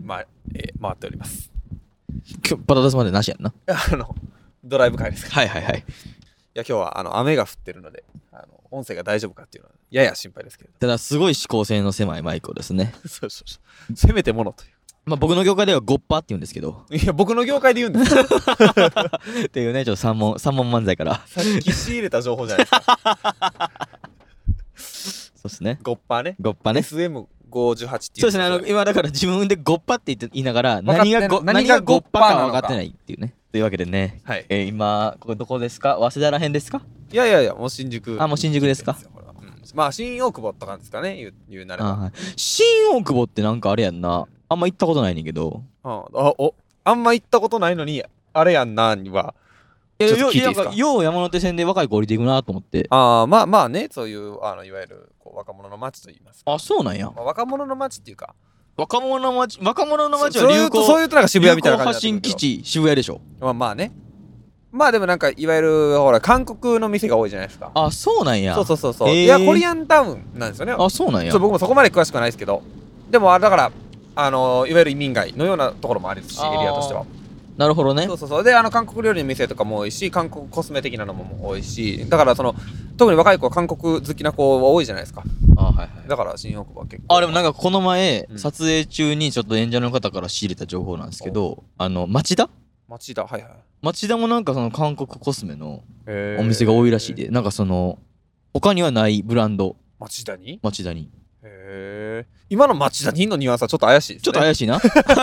回っております。 今日パタダスまでなしやんな。 ドライブ会ですから。 はいはいはい。 いや今日は雨が降ってるので音声が大丈夫かっていうのはやや心配ですけど。 ただすごい指向性の狭いマイクをですね。 そうせめてものという。 まあ僕の業界ではゴッパって言うんですけど。 いや僕の業界で言うんですよっていうね、ちょっと三問漫才からさっき仕入れた情報じゃないですかそうですね。 ゴッパね。 ゴッパね。 SM58 っていう。 そうですね。今だから自分でゴッパって言いながら何がゴッパか分かってないっていうね。というわけでね、 はい、 今ここどこですか？早稲田らへんですか？ いやもう新宿。 あ、もう新宿ですか？ まあ新大久保とかですかね、言うなれば。 はい、新大久保ってなんかあれやんな、あんま行ったことないねんけど。 あんま行ったことないのにあれやんなにはちょっと聞いていいですか？ よう山手線で若い子降りていくなと思って。 まあね、そういういわゆる若者の街と言いますか。 あ、そうなんや。 若者の街っていうか若者の街は流行、 そういうとなんか渋谷みたいな感じ。 発信基地渋谷でしょ。 まあね。まあでもなんかいわゆるほら韓国の店が多いじゃないですか。 あ、そうなんや。 そう。いやコリアンタウンなんですよね。 あ、そうなんや。 僕もそこまで詳しくはないですけど、でもだからいわゆる移民街のようなところもあるし、エリアとしては。 なるほどね。 そうで韓国料理の店とかも多いし、韓国コスメ的なのも多いし、だから特に若い子は韓国好きな子は多いじゃないですか。 はいはい。 だから新大久保は結構。 でもなんかこの前、撮影中にちょっと演者の方から仕入れた情報なんですけど、町田、 はいはい。 町田もなんかその韓国コスメのお店が多いらしいで、なんか他にはないブランド。町田に。 今の町田にのニュアンスはちょっと怪しいですね。 ちょっと怪しいな。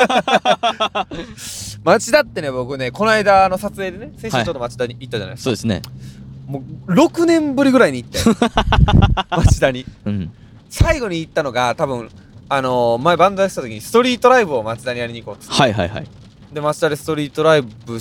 町田ってね、僕ねこの間撮影でね、先週ちょっと町田に行ったじゃないですか。 そうですね。 もう6年ぶりぐらいに行って町田に、最後に行ったのが多分前バンドやってた時にストリートライブを町田にやりに行こうって。 はいはいはい。 で町田でストリートライブ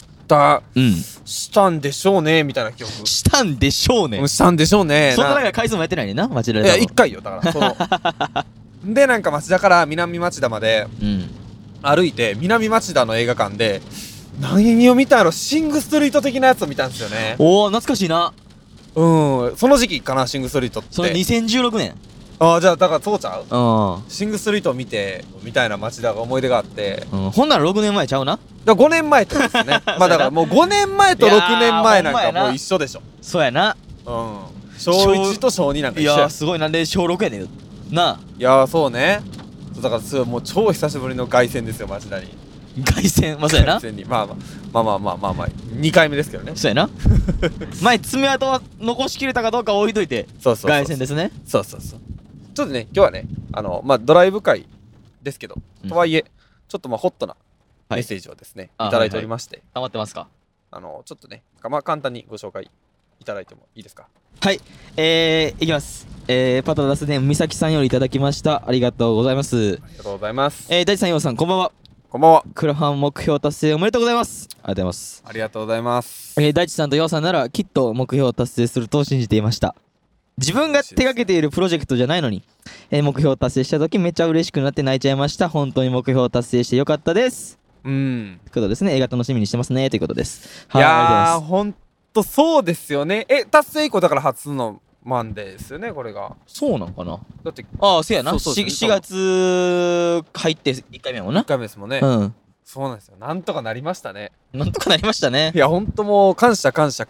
したんでしょうねみたいな記憶。 したんでしょうね。 したんでしょうね。 そんななんか回数もやってないねんな、町田で。 いや1回よだからでなんか町田から南町田まで歩いて、南町田の映画館で何を見たの、シングストリート的なやつを見たんですよね。 おお、懐かしいな。 その時期かな、シングストリートって。 その2016年。 じゃあだからそうちゃう。シングストリートを見てみたいな町田が思い出があって、 ほんなら6年前ちゃうな。 だから5年前ってですねまあだからもう5年前と6年前なんかもう一緒でしょ。 そうやな。 小1と小2なんか一緒や。 いやすごい。なんで小6やねんな。 いやそうね。だからもう超久しぶりの凱旋ですよ町田に。 凱旋。そうやな。 まあ2回目ですけどね。 そうやな。前爪痕は残しきれたかどうか置いといて凱旋ですね。 そうちょっとね今日はねドライブ会ですけど、とはいえちょっとホットなメッセージをですねいただいておりまして。 溜まってますか。 ちょっとね簡単にご紹介いただいてもいいですか。 はい、いきます。パタダスネームみさきさんよりいただきました。ありがとうございます。 ありがとうございます。 大地さん、ようさん、こんばんは。 こんばんは。 クラファン目標達成おめでとうございます。ありがとうございます。 ありがとうございます。 大地さんとようさんならきっと目標を達成すると信じていました。自分が手掛けているプロジェクトじゃないのに、目標を達成した時めっちゃ嬉しくなって泣いちゃいました。本当に目標を達成してよかったです。ということですね。映画楽しみにしてますねということです。 いやーほんとそうですよね。達成以降だから初のマンデーですよねこれが。 そうなんかな。 だってそうやな。4月入って1回目やもんな。 1回目ですもんね。そうなんですよ。なんとかなりましたね。 なんとかなりましたね。 いやほんともう感謝もう今日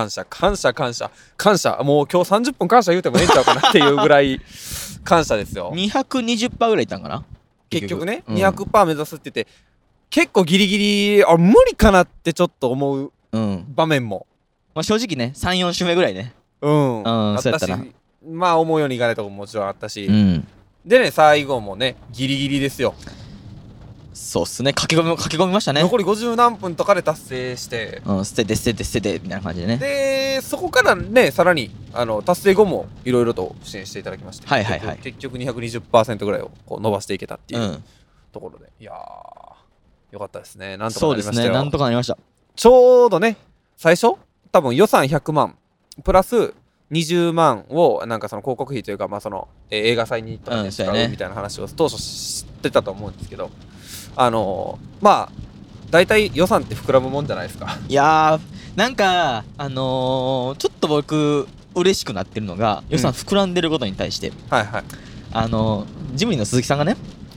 30分感謝言うてもええんちゃうかなっていうぐらい感謝ですよ。 220% ぐらいいったんかな結局ね。200% 目指すって言って結構ギリギリ無理かなってちょっと思う場面も、 正直ね 3,4 週目ぐらいねあったし、まあ思うようにいかないとこももちろんあったし、でね最後もねギリギリですよ。 そうっすね。駆け込みましたね。 残り50何分とかで達成して、 捨ててみたいな感じでね。 でそこからねさらに達成後もいろいろと支援していただきまして、結局 220% ぐらいをこう伸ばしていけたっていうところで、いやーよかったですね。なんとかなりましたよ。 そうですね。なんとかなりました。 ちょうどね最初多分予算100万プラス20万をなんかその広告費というか映画祭にとかで使うみたいな話を当初知ってたと思うんですけど、まあ大体予算って膨らむもんじゃないですか。 いやーなんかちょっと僕嬉しくなってるのが、予算膨らんでることに対して、ジムニーの鈴木さんがね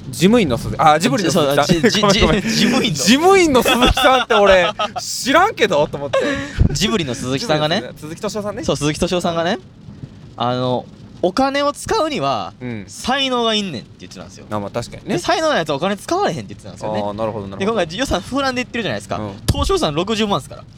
事務員の鈴木ジブリの鈴木さん事務員の鈴木さんって俺知らんけどと思ってジブリの鈴木さんがね鈴木敏夫さんねそう鈴木敏夫さんがねお金を使うには才能がいんねんって言ってたんですよ。 まあ確かにね。 才能ないやつはお金使われへんって言ってたんですよね。 なるほどなるほど。 で今回予算膨らんでいってるじゃないですか。当初予算60万ですから。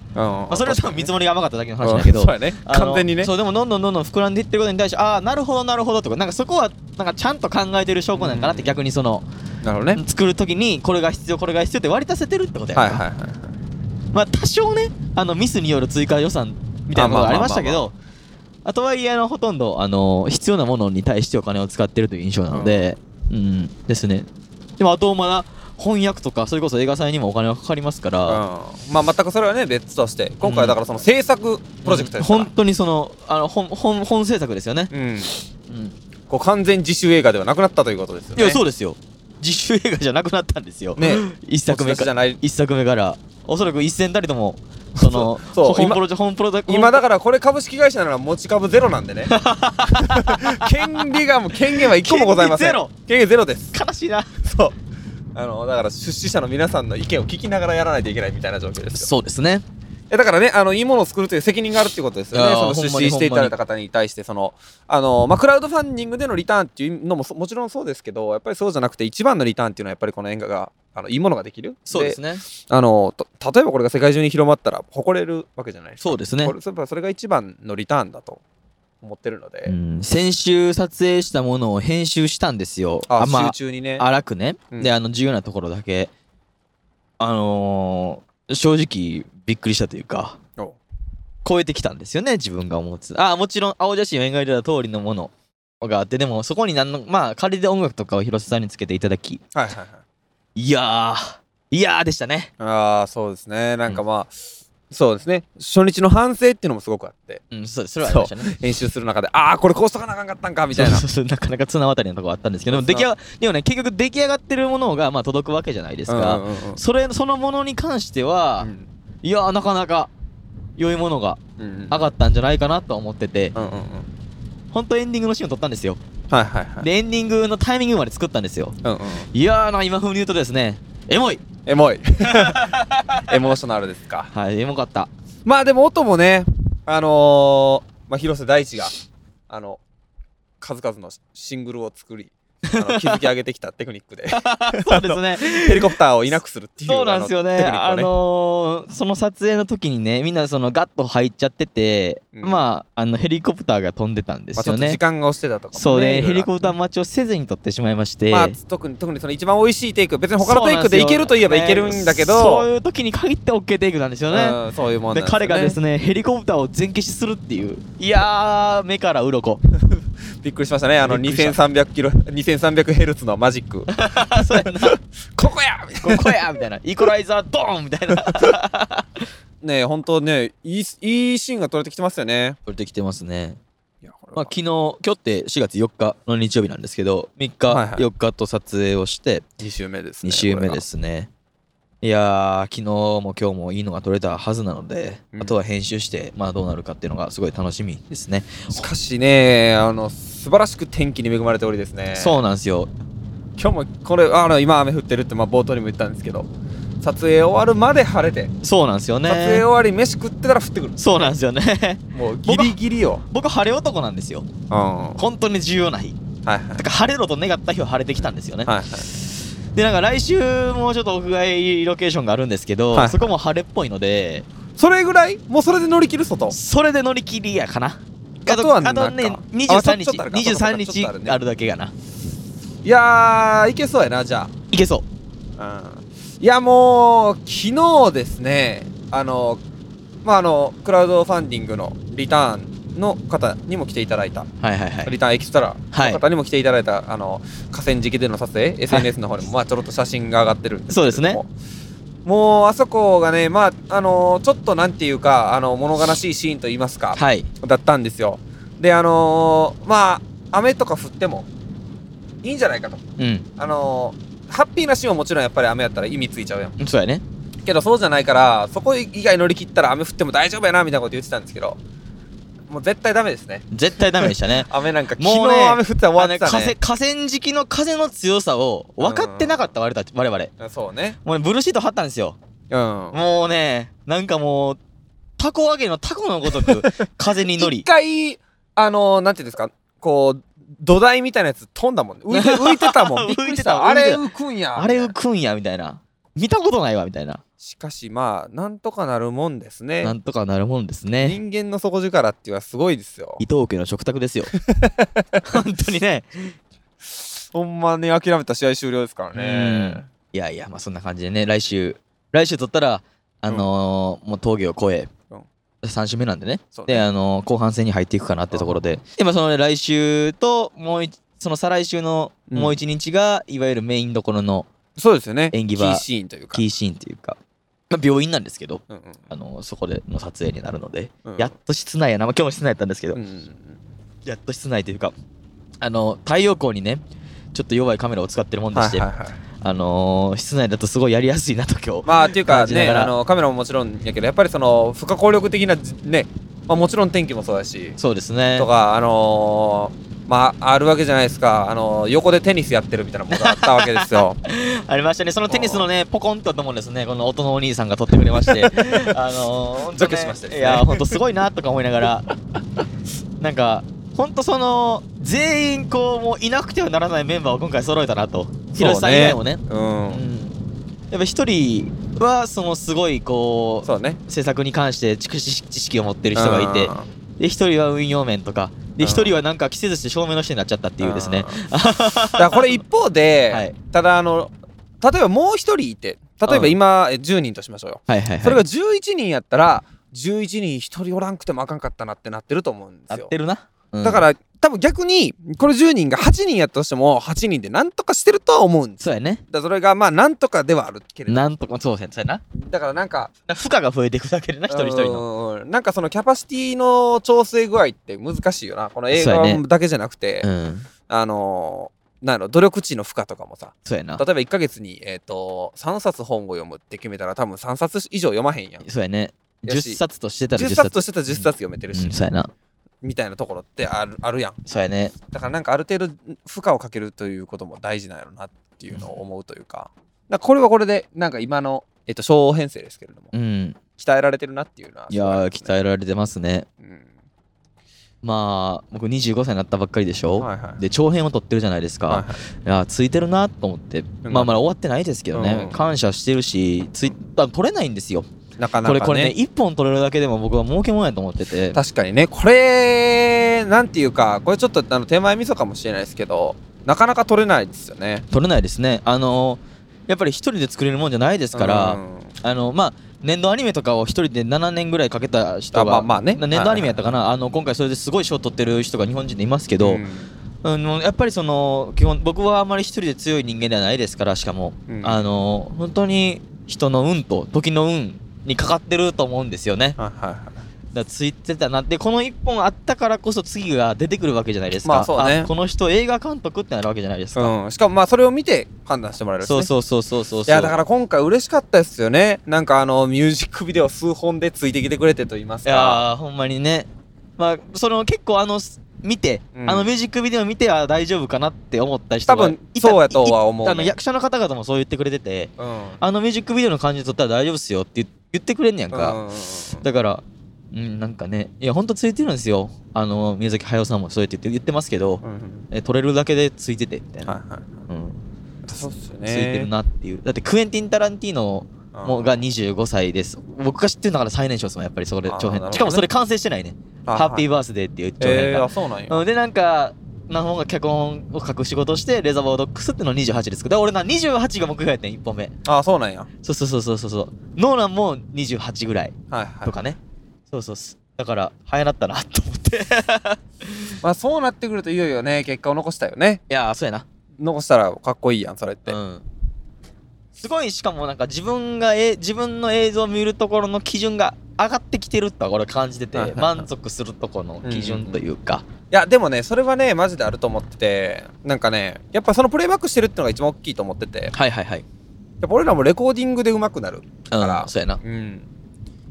それは多分見積もりが甘かっただけの話だけど、 そうやね完全にね。 そうでもどんどん膨らんでいってることに対してなるほどなるほどとかなんかそこはなんかちゃんと考えてる証拠なんかなって逆にそのなるほどね作るときにこれが必要って割り足せてるってことやんか。まあ多少ねミスによる追加予算みたいなことがありましたけど。とはいえほとんど必要なものに対してお金を使ってるという印象なので、ですね。でもあとまだ翻訳とかそれこそ映画祭にもお金がかかりますから、 まあ全くそれはね別として今回だからその制作プロジェクトですから、 本当にその本制作ですよね。 こう完全自主映画ではなくなったということですよね。 いやそうですよ。自主映画じゃなくなったんですよ。ね、一作目からおそらく1000たりとも。その今だからこれ株式会社なら持ち株ゼロなんでね権限は1個もございません。権限ゼロです。 悲しいな。 そうだから出資者の皆さんの意見を聞きながらやらないといけないみたいな状況ですよ。 そうですね。 だからねいいものを作るという責任があるっていうことですよね。その出資していただいた方に対してクラウドファンディングでのリターンっていうのももちろんそうですけどやっぱりそうじゃなくて一番のリターンっていうのはやっぱりこの映画がいいものができる。 そうですね。 例えばこれが世界中に広まったら誇れるわけじゃないですか。 そうですね。 それが一番のリターンだと思ってるので、 先週撮影したものを編集したんですよ。 集中にね荒くね。で重要なところだけ正直びっくりしたというか超えてきたんですよね自分が思ってた。もちろん青写真を描いてた通りのものがあってでもそこに仮で音楽とかを広瀬さんにつけていただきいやーでしたね。 そうですね。なんかそうですね。初日の反省っていうのもすごくあって、 それはありましたね。 編集する中でこれこうしとかなあかんかったんかみたいななかなか綱渡りのとこあったんですけどでもね結局出来上がってるものが届くわけじゃないですか。そのものに関してはいやなかなか良いものが上がったんじゃないかなと思ってて、ほんとエンディングのシーンを撮ったんですよ。でエンディングのタイミングまで作ったんですよ。いや今風に言うとですねエモいエモーショナルですか。 エモかった。 でも音もね広瀬大地が数々のシングルを作り築き上げてきたテクニックでそうですねヘリコプターをいなくするっていうそうなんですよね。その撮影の時にねみんなガッと入っちゃってて、ヘリコプターが飛んでたんですよね。 ちょっと時間が押してたとかもね。 そうねヘリコプター待ちをせずに撮ってしまいまして、 特にその一番美味しいテイク別に他のテイクでいけるといえばいけるんだけどそういう時に限って OK テイクなんですよね。 そういうもんなんですよね。 で彼がですねヘリコプターを全消しするっていういやー目から鱗びっくりしましたね。2300ヘルツのマジックそうやなここやみたいなイコライザードーンみたいなねえ本当ねいいシーンが撮れてきてますよね。 撮れてきてますね。今日って4月4日の日曜日なんですけど3日、4日と撮影をして 2週目ですね。いや昨日も今日もいいのが撮れたはずなので、あとは編集してどうなるかっていうのがすごい楽しみですね。 しかしね素晴らしく天気に恵まれておりですね。 そうなんですよ。 今日もこれ今雨降ってるって冒頭にも言ったんですけど撮影終わるまで晴れてそうなんですよね。 撮影終わり飯食ってたら降ってくる。 そうなんですよねもうギリギリよ。 僕晴れ男なんですよ。本当に重要な日だから晴れろと願った日は晴れてきたんですよね。で来週もちょっと屋外ロケーションがあるんですけど、そこも晴れっぽいのでそれぐらいもうそれで乗り切る外それで乗り切りやかな。あとね23日あるだけかな。 いやいけそうやな。じゃあいけそう。 いやもう昨日ですねクラウドファンディングのリターンの方にも来ていただいた、リターンエキストラの方にも来ていただいた、河川敷での撮影、SNS の方にもちょろっと写真が上がってるんですけども、そうですね。もうあそこがねちょっとなんていうか物悲しいシーンといいますか、だったんですよ。で雨とか降ってもいいんじゃないかと、ハッピーなシーンはもちろんやっぱり雨やったら意味ついちゃうやん。 そうやね。 けどそうじゃないからそこ以外乗り切ったら雨降っても大丈夫やなみたいなこと言ってたんですけどもう絶対ダメですね。 絶対ダメでしたね。 雨なんか昨もうね日雨降って終わってたね。 河川敷の風の強さを分かってなかった我々。 そうね。 もうねブルーシート張ったんですよ。もうねなんかもうタコ揚げのタコのごとく風に乗り一回なんていうんですか、こう土台みたいなやつ飛んだもんね。浮いてたもん。びっくりした。あれ浮くんや。 あれ浮くんやみたいな。見たことないわみたいな。 しかしまあなんとかなるもんですね。 なんとかなるもんですね。 人間の底力っていうのはすごいですよ。 伊藤家の食卓ですよ。本当にね。 ほんまに諦めた試合終了ですからね。 いやいやまあそんな感じでね、来週取ったらもう峠を越え、3週目なんでね。で後半戦に入っていくかなってところで、今その来週とその再来週のもう1日がいわゆるメインどころのそうですよね。 演技場キーシーンというか。 キーシーンというか、まあ、病院なんですけど、そこでの撮影になるので、やっと室内やな、まあ、今日も室内やったんですけど、やっと室内というか太陽光にねちょっと弱いカメラを使ってるもんでして、室内だとすごいやりやすいなと今日まあっていうかねカメラももちろんやけどやっぱりその不可抗力的なね、まあ、もちろん天気もそうだしそうですねとかまああるわけじゃないですか。横でテニスやってるみたいなものがあったわけですよ。 ありましたね。そのテニスのねポコンとともですね、この音のお兄さんが撮ってくれましてゾクしましたですね。 いやほんとすごいなとか思いながらなんかほんとその全員こうもういなくてはならないメンバーを今回揃えたなと。ヒロシさん以外もね。やっぱ一人はそのすごいこうそうね制作に関して知識を持ってる人がいて、で一人は運用面とかで一人はなんか着せずして照明の人になっちゃったっていうですね。 だからこれ一方で、ただ例えばもう一人いて、例えば今10人としましょうよ。それが11人やったら11人1人おらんくてもあかんかったなってなってると思うんですよ。 なってるな。 だから多分逆にこれ10人が8人やったとしても8人でなんとかしてるとは思うんですよ。 そうやね。 だそれがまあなんとかではあるけれど、 なんとかそうやな。 だからなんか負荷が増えていくだけでな、一人一人のなんかそのキャパシティの調整具合って難しいよな。この映画だけじゃなくて、なんやろ努力値の負荷とかもさ、 そうやな。 例えば1ヶ月に3冊本を読むって決めたら多分3冊以上読まへんやん。 そうやね。10冊としてたら 10冊としてたら10冊読めてるし、 そうやな。 みたいなところってあるやん。 そうやね。 だからなんかある程度負荷をかけるということも大事なんやろなっていうのを思うというか、これはこれでなんか今の小編成ですけれども、鍛えられてるなっていうのは、 いやー鍛えられてますね。まあ僕25歳になったばっかりでしょ。で長編を撮ってるじゃないですか。いやついてるなと思って、まあまだ終わってないですけどね、感謝してるし撮れないんですよ。 なかなかね、 これね1本取れるだけでも僕は儲けもんやと思ってて。 確かにね、これなんていうか、これちょっと手前味噌かもしれないですけど、なかなか取れないですよね。 取れないですね。やっぱり一人で作れるもんじゃないですから、まあ年度アニメとかを一人で7年ぐらいかけた人が、年度アニメやったかな、今回それですごい賞を取ってる人が日本人でいますけど、やっぱりその基本僕はあまり一人で強い人間ではないですから、しかも本当に人の運と時の運にかかってると思うんですよね。だついてたなって、この1本あったからこそ次が出てくるわけじゃないですか。まあそうね、この人映画監督ってなるわけじゃないですか。 しかもまあそれを見て判断してもらえるんですね。 そういやだから今回嬉しかったですよね。なんかミュージックビデオ数本でついてきてくれてと言いますか。 いやほんまにね、まあその結構見て、ミュージックビデオ見ては大丈夫かなって思った人が多分そうやとは思う、ね、 役者の方々もそう言ってくれてて、ミュージックビデオの感じで撮ったら大丈夫っすよって言ってくれんねやんか。だからなんかね、いやほんとついてるんですよ。宮崎駿さんもそうやって言ってますけど、撮れるだけでついててみたいな。 そうっすよね。 ついてるなっていう。だってクエンティン・タランティーノが25歳です。僕が知ってるのから最年少ですもん、やっぱりそこで長編。しかもそれ完成してないね。ハッピーバースデーっていう長編が。 そうなんや。 でなんか何本か脚本を書く仕事をしてレザーバードックスってのを28で作る。俺28が目標やってん1本目。 そうなんや。 そうノーランも28ぐらいとかね。そうだから早なったなと思ってまあそうなってくるといよいよね結果を残したよね。 いやそうやな。 残したらかっこいいやんそれって。 すごい。しかもなんか自分の映像を見るところの基準が上がってきてるって俺感じてて、満足するところの基準というか。 いやでもねそれはねマジであると思ってて、なんかねやっぱそのプレイバックしてるってのが一番大きいと思ってて。やっぱ俺らもレコーディングで上手くなるから。 そうやな。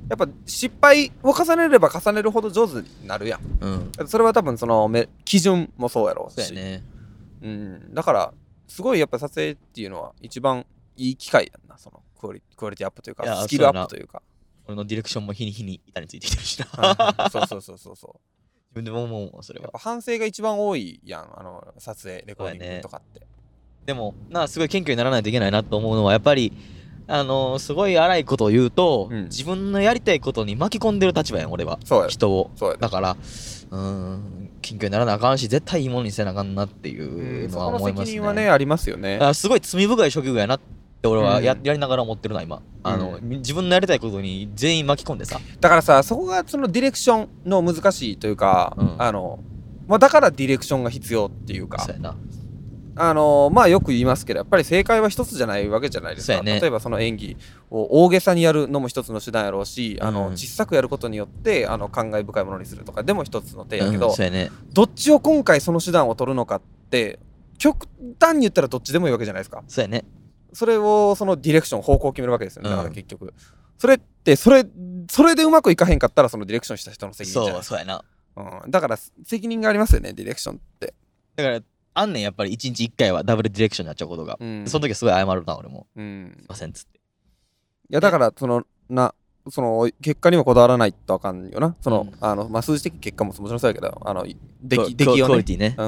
やっぱ失敗を重ねれば重ねるほど上手になるやん。それは多分その基準もそうやろうし。 そうやね。 だからすごいやっぱ撮影っていうのは一番いい機会やんな、そのクオリティアップというかスキルアップというか。 俺のディレクションも日に日に板についてきてるしな。 そう自分でも思うもんそれは。 やっぱ反省が一番多いやん、撮影レコーディングとかって。 でもすごい謙虚にならないといけないなと思うのはやっぱりすごい荒いことを言うと、自分のやりたいことに巻き込んでる立場やん俺は。人を。だから謙虚にならなあかんし絶対いいものにせなあかんなっていうのは思いますね。 その責任はねありますよね。 すごい罪深い職業やなって俺はやりながら思ってるな今。自分のやりたいことに全員巻き込んでさ。 だからさ、そこがそのディレクションの難しいというか、だからディレクションが必要っていうか。 そうやな。 まあよく言いますけど、やっぱり正解は一つじゃないわけじゃないですか。例えばその演技を大げさにやるのも一つの手段やろうし、小さくやることによって感慨深いものにするとかでも一つの手やけど、どっちを今回その手段を取るのかって極端に言ったらどっちでもいいわけじゃないですか。 そうやね。 それをそのディレクション方向を決めるわけですよね。だから結局それってそれでうまくいかへんかったらそのディレクションした人の責任じゃない。 そうやな。 だから責任がありますよね、ディレクションって。だからあんねんやっぱり1日1回はダブルディレクションになっちゃうことが、その時はすごい謝るな俺も、すいませんっつって。 いやだからその結果にもこだわらないとあかんよな。数字的結果ももちろんそうやけど出来をね、 クオリティね。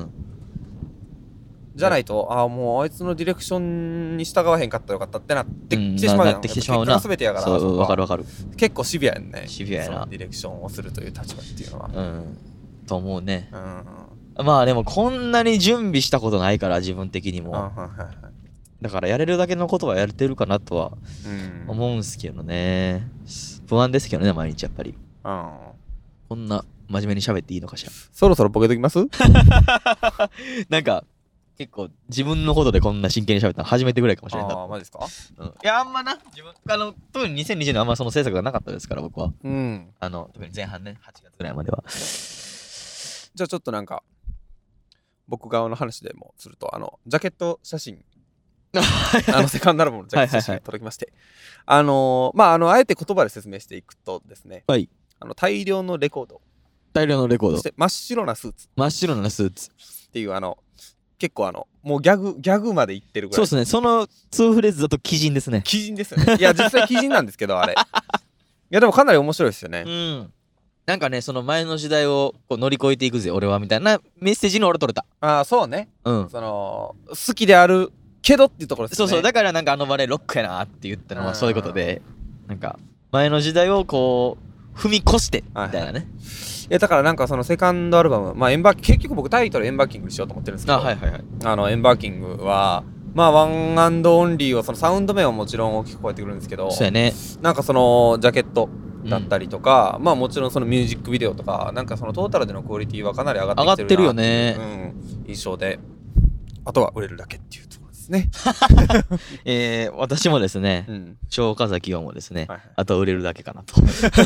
じゃないともうあいつのディレクションに従わへんかったらよかったってなってきてしまうやん。 結果が全てやから。 そうわかる。 結構シビアやんね。 シビアやな。 ディレクションをするという立場っていうのは。 と思うね。まあでもこんなに準備したことないから自分的にも。だからやれるだけのことはやれてるかなとは思うんすけどね。不安ですけどね毎日やっぱり。こんな真面目に喋っていいのかしら。 そろそろボケときますなんか結構自分のことでこんな真剣に喋ったの初めてぐらいかもしれない。 マジですか？ いやあんまな自分特に2020年あんまその制作がなかったですから僕は。特に前半ね8月ぐらいまでは。 じゃあちょっとなんか僕側の話でもするとジャケット写真セカンドアルバムのジャケット写真が届きまして、あえて言葉で説明していくとですね、大量のレコード、そして真っ白なスーツっていう結構もうギャグまでいってるぐらい。 そうですね。その2フレーズだと鬼人ですね。 鬼人ですよね。いや実際鬼人なんですけどあれいやでもかなり面白いですよね。 なんかねその前の時代をこう乗り越えていくぜ俺はみたいなメッセージに俺取れた。 そうね。好きであるけどっていうところですね。 そうだからなんかバレーロックやなって言ったのはそういうことで、なんか前の時代をこう踏み越してみたいなね。 いやだからなんかそのセカンドアルバム結局僕タイトルエンバーキングにしようと思ってるんですけど、エンバーキングはワンアンドオンリーをそのサウンド面はもちろん大きく超えてくるんですけど、 そうやね。 なんかそのジャケットだったりとか、もちろんそのミュージックビデオとかなんかそのトータルでのクオリティはかなり上がってきてるなっていう、印象で、あとは売れるだけっていうところですね。 私もですね、超岡崎はもですね、あとは売れるだけかなと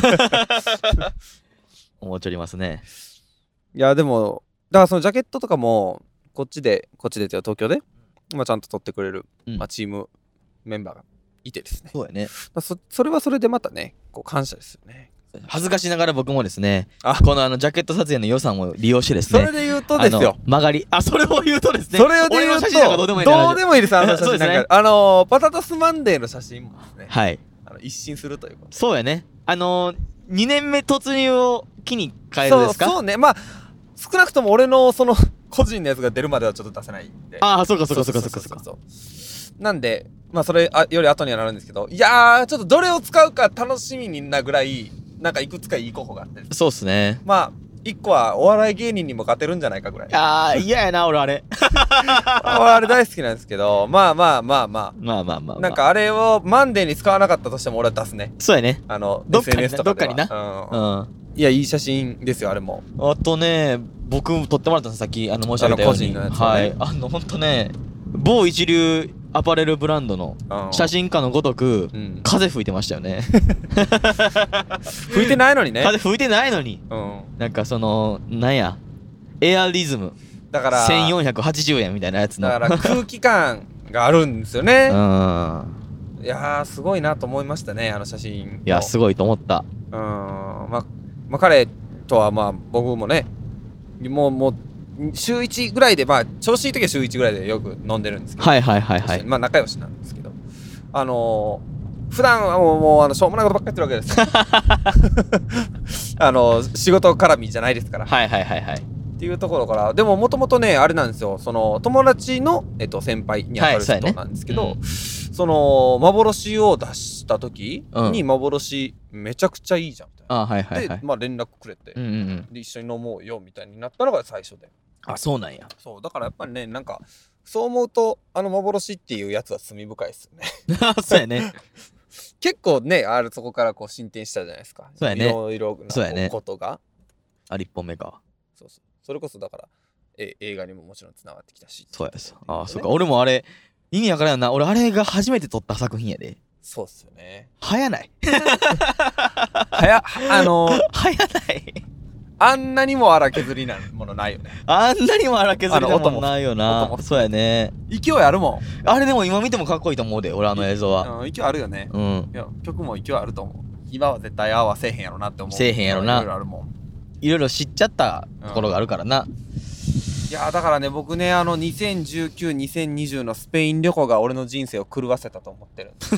思っておりますね。 いやでもだからそのジャケットとかもこっちで東京でちゃんと撮ってくれる、チームメンバーがいてですね。 そうやね。 それはそれでまたねこう感謝ですよね。 恥ずかしながら僕もですねこのジャケット撮影の予算を利用してですね、 それで言うとですよ、 曲がりそれを言うとですね、 それを言うとどうでもいいです。写真なんかパタタスマンデーの写真もですね、一新するということ。 そうやね。2年目突入を機に変えるですか。 そうね。少なくとも俺のその個人のやつが出るまではちょっと出せないんで。 そうかなんでそれより後にはなるんですけど、いやーちょっとどれを使うか楽しみになぐらいなんかいくつかいい候補があって、 そうっすね。 一個はお笑い芸人にも勝てるんじゃないかぐらい。 嫌やな俺あれあれ大好きなんですけど、なんかあれをマンデーに使わなかったとしても俺は出すね。 そうやね。 SNS とかではどっかにな。 いやいい写真ですよあれも。 あとね僕撮ってもらったんですさっき申し上げたように、個人のやつね。ほんとね某一流アパレルブランドの写真家のごとく風吹いてましたよね。 吹いてないのにね。 風吹いてないのに、なんかなんやエアリズムだから 1480円みたいなやつのだから空気感があるんですよね。 いやーすごいなと思いましたね、あの写真。 いやすごいと思った。 まあ彼とはまあ僕もねもう週1ぐらいで、まあ調子いい時は週1ぐらいでよく飲んでるんですけど、 はいはいはいはい。 まあ仲良しなんですけど、普段はもうしょうもないことばっかりやってるわけです仕事絡みじゃないですから、 はいはいはいはい。 っていうところから、でももともとねあれなんですよ、その友達の、先輩にあたる人なんですけど、 はいその幻を出した時に、 うん幻めちゃくちゃいいじゃんみたいな、 あはいはいはい。 で、まあ、連絡くれて、 うんうんうん。 で一緒に飲もうよみたいになったのが最初で、 あそうなんや。 そうだからやっぱりね、なんかそう思うと幻っていうやつは罪深いですよねそうやね。 結構ねそこからこう進展したじゃないですか。 そうやねいろいろなことが、 あれ1本目か。 そうそれこそだから映画にももちろんつながってきたし、 そうやです。ああそうか。俺もあれ意味わからんよな。俺あれが初めて撮った作品やで。 そうっすよね。 早ない早ない。 あんなにも荒削りなものないよね。 あんなにも荒削りなもんないよ音な。 もそうやね。 勢いあるもん。 あれでも今見てもかっこいいと思うで、俺あの映像は。 勢いあるよね。 うん。 いや曲も勢いあると思う。今は絶対合わせへんやろなって思う。 せえへんやろな。 いろいろあるもん。 いろいろ知っちゃったところがあるからな。 いやだからね、僕ね2019、2020のスペイン旅行が俺の人生を狂わせたと思ってるんです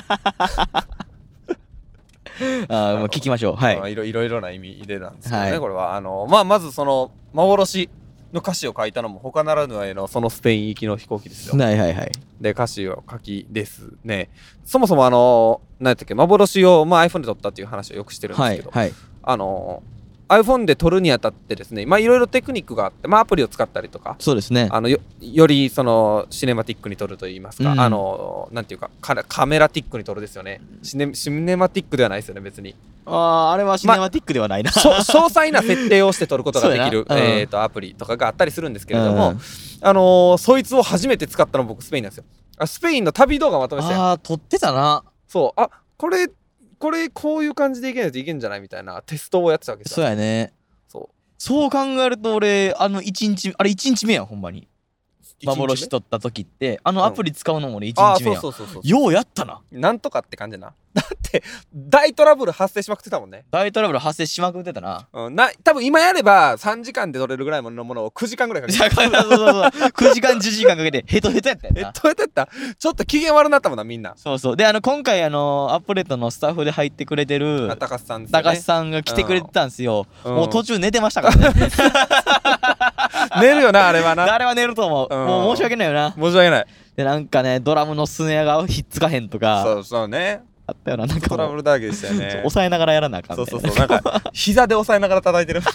あもう聞きましょう。はい。 いろいろな意味でなんですけどね、 はいこれはまあまずその幻の歌詞を書いたのも他ならぬへのそのスペイン行きの飛行機ですよ。 はいはいはい。 で歌詞を書きですね。そもそも何やったっけ、幻を、まあ、iPhone で撮ったっていう話をよくしてるんですけど、 はいはい。 iPhone で撮るにあたってですね、まあいろいろテクニックがあって、まあアプリを使ったりとか、 そうですね。 よりそのシネマティックに撮るといいますか、 うんなんていうかカメラティックに撮るですよね。シネマティックではないですよね、別に。 あれはシネマティックではないな。 詳細な設定をして撮ることができるそうやなアプリとかがあったりするんですけれども、そいつを初めて使ったの僕スペインなんですよ。スペインの旅動画まとめてたやん。 撮ってたな。 そうこれこういう感じでいけないといけんじゃないみたいなテストをやってたわけですよ。 そうやね。そう考えると俺1日あれ1日目やんほんまに。幻撮った時ってアプリ使うのも俺1日目やん。 そうようやったな。 なんとかって感じな。だって大トラブル発生しまくってたもんね。 大トラブル発生しまくってたな。 多分今やれば3時間で撮れるぐらいのものを9時間ぐらいかけてそう9時間10時間かけてヘトヘトやったやんな。 ヘトヘトやった。ちょっと機嫌悪なったもんな、みんな。 そうで今回アップデートのスタッフで入ってくれてる高橋さんですよね。 高橋さんが来てくれてたんですよ。もう途中寝てましたからね。 寝るよな、あれはな。 あれは寝ると思う。もう申し訳ないよな。 申し訳ない。 でなんかねドラムのスネアがひっつかへんとか。 そうね。 あったよな。なんかトラブルだらけでしたよね。 押さえながらやらなあかん。 そうなんか膝で押さえながら叩いてる。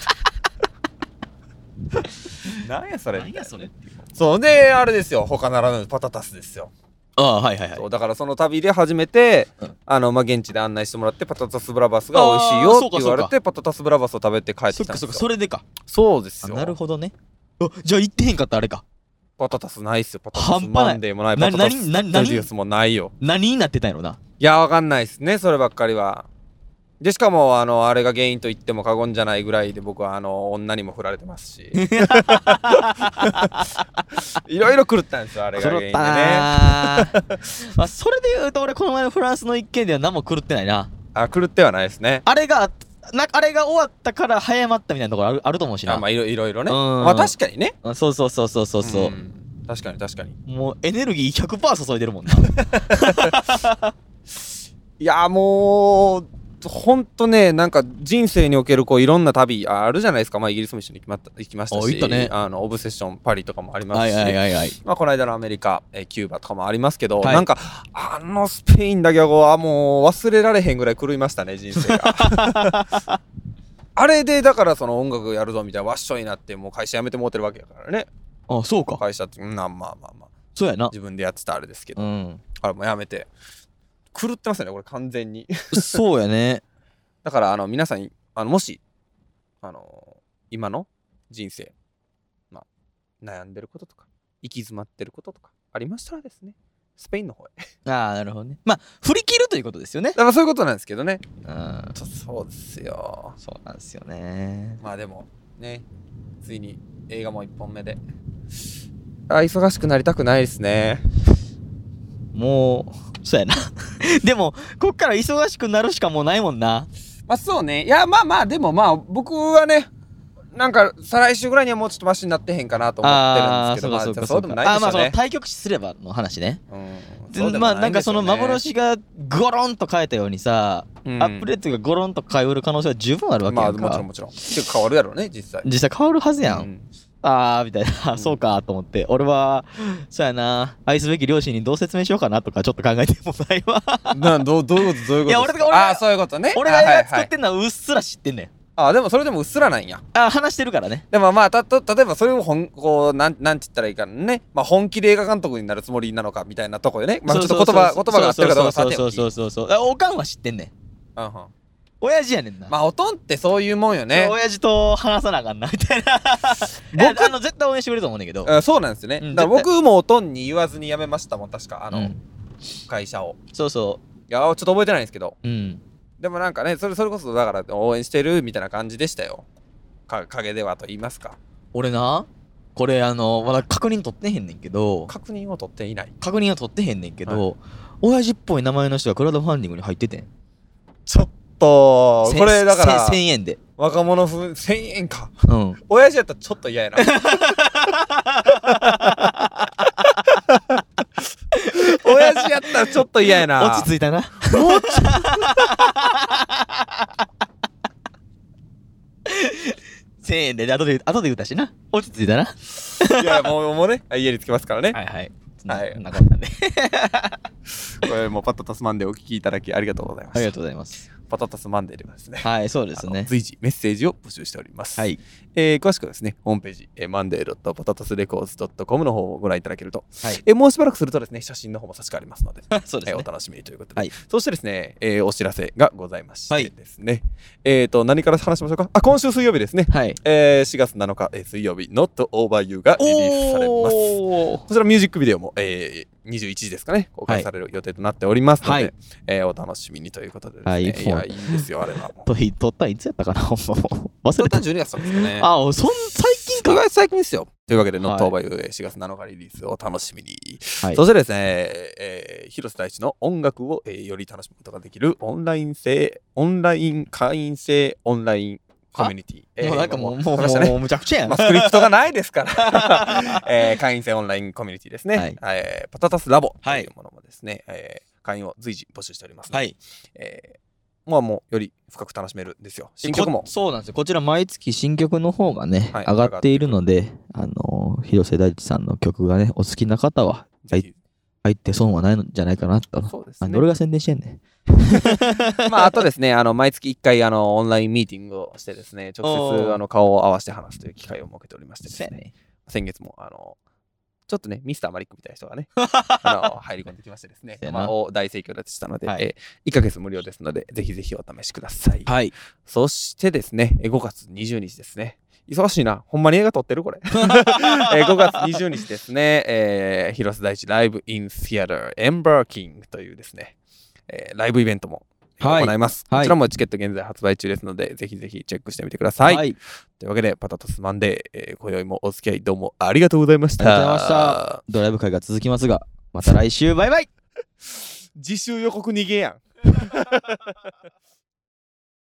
なんやそれ。 何やそれ。 そうであれですよ、他ならぬパタタスですよ。 はいはいはい。 そうだからその旅で初めてまあ現地で案内してもらって、パタタスブラバスが美味しいよって言われて、パタタスブラバスを食べて帰ってきたんですよ。 それでか。 そうですよ。 なるほどね。じゃあ行ってへんかったあれか。 パタタスないっすよ。パタタスマンデーもない。パタタススタジオスもないよ。 何になってたんやろな。 いやわかんないっすね、そればっかりは。でしかもあれが原因と言っても過言じゃないぐらいで、僕は女にも振られてますしいろいろ狂ったんですよ、あれが原因でね。 まあそれで言うと俺この前のフランスの一件では何も狂ってないな。 狂ってはないですね。 あれが終わったから早まったみたいなところあると思うしな。 まあいろいろね。まあ確かにね。 そう確かにもうエネルギー 100% 注いでるもんな。 いやもうほんとね、なんか人生におけるいろんな旅あるじゃないですか。まあイギリスも一緒に行きましたし、 ね、 オブセッションパリとかもありますし、まあこの間のアメリカ、キューバとかもありますけど、なんかスペインだけはもう忘れられへんぐらい狂いましたね、人生が。あれでだからその音楽やるぞみたいなわっしょいなって、もう会社辞めてもうてるわけやからね。 そうか。 会社ってまあそうやな。 自分でやってたあれですけど、もうやめて狂ってますよね、これ完全に。 そうやね。 だから皆さんもし今の人生、まあ悩んでることとか行き詰まってることとかありましたらですね、スペインの方へ。 なるほどね。まあ振り切るということですよね。 まあそういうことなんですけどね。 そうですよ。そうなんですよね。 まあでもね、ついに映画も1本目で忙しくなりたくないですね。 もうそうやなでもこっから忙しくなるしかもうないもんな。 まあそうね。いやまあまあでもまあ僕はねなんか再来週ぐらいにはもうちょっとマシになってへんかなと思ってるんですけど、まあそうでもないでしょうね。 まあその対局すればの話ね。 うんまあなんかその幻がゴロンと変えたようにさ、アップデートがゴロンと変わる可能性は十分あるわけやんか。 まあもちろん結構変わるやろうね実際変わるはずやん。みたいなそうかと思って、俺はそうやな、愛すべき両親にどう説明しようかなとかちょっと考えてもないわどういうこといや俺がそういうことね。 俺が映画作ってんのはうっすら知ってんねん。 でもそれでもうっすらなんや。 話してるからね。 でもまあ例えばそれをこうなんて言ったらいいかね、まあ本気で映画監督になるつもりなのかみたいなとこでね、まあちょっと言葉が合ってるかどうかさておき。 そうおかんは知ってんねん。親父やねんな。 まあおとんってそういうもんよね。 親父と話さなあかんなみたいな僕絶対応援してくれると思うんだけど。 そうなんですよね。だから僕もおとんに言わずに辞めましたもん確か会社を。 そうそう。 いやちょっと覚えてないんですけど。でもなんかねそれこそだから応援してるみたいな感じでしたよ。陰ではと言いますか。 俺なこれまだ確認取ってへんねんけど。 確認を取っていない。 確認は取ってへんねんけど、親父っぽい名前の人がクラウドファンディングに入っててん。 ちょっとこれだから 1000円で若者風1000円か。親父やったらちょっと嫌やな親父やったらちょっと嫌やな。 落ち着いたな1000円で後で言うたしな。落ち着いたな。 いやもうね家に着きますからね。 はいなかったんでこれもうパタタスマンデーお聞きいただきありがとうございます。 ありがとうございます。 パタタスマンデーではですね、 はいそうですね、 随時メッセージを募集しております。詳しくはですねホームページmonday.patatasrecords.com の方をご覧いただけると、もうしばらくするとですね写真の方も差し替わりますのでそうです、ねお楽しみにということで、そしてですね、お知らせがございましてですね、何から話しましょうか。今週水曜日ですね、4月7日、水曜日 Not Over You がリリースされます。こちらミュージックビデオも、21時ですかね公開される予定となっておりますので、お楽しみにということでですね、いやいいんですよあれは。 撮ったいつやったかな忘れた。 12月なんですよね。最近ですよ。というわけで Not Over You 4月7日リリースをお楽しみに。そしてですね、広瀬大地の音楽をより楽しむことができるオンライン会員制オンラインコミュニティ。 もうなんかもうむちゃくちゃやん。 スクリプトがないですから会員制オンラインコミュニティですね。パタタスラボというものもですね、会員を随時募集しておりますので、もうより深く楽しめるんですよ。新曲もそうなんですよ。こちら毎月新曲の方がね、上がっているので、広瀬大地さんの曲がねお好きな方は入って損はないんじゃないかなと。そうですね。俺が宣伝してんねん。 あとですね毎月1回オンラインミーティングをしてですね直接顔を合わせて話すという機会を設けておりましてですね、先月もちょっとねミスターマリックみたいな人がね入り込んできましてですね大盛況でしたので、1ヶ月無料ですのでぜひぜひお試しください。そしてですね5月20日ですね、忙しいなほんまに映画撮ってるこれ5月20日ですね、広瀬大地ライブインシアターエンバーキングというですね、ライブイベントも行います。こちらもチケット現在発売中ですのでぜひぜひチェックしてみてください。というわけでパタタスマンデー、今宵もお付き合いどうもありがとうございました。 ありがとうございました。ドライブ会が続きますがまた来週バイバイ。 次週予告逃げやん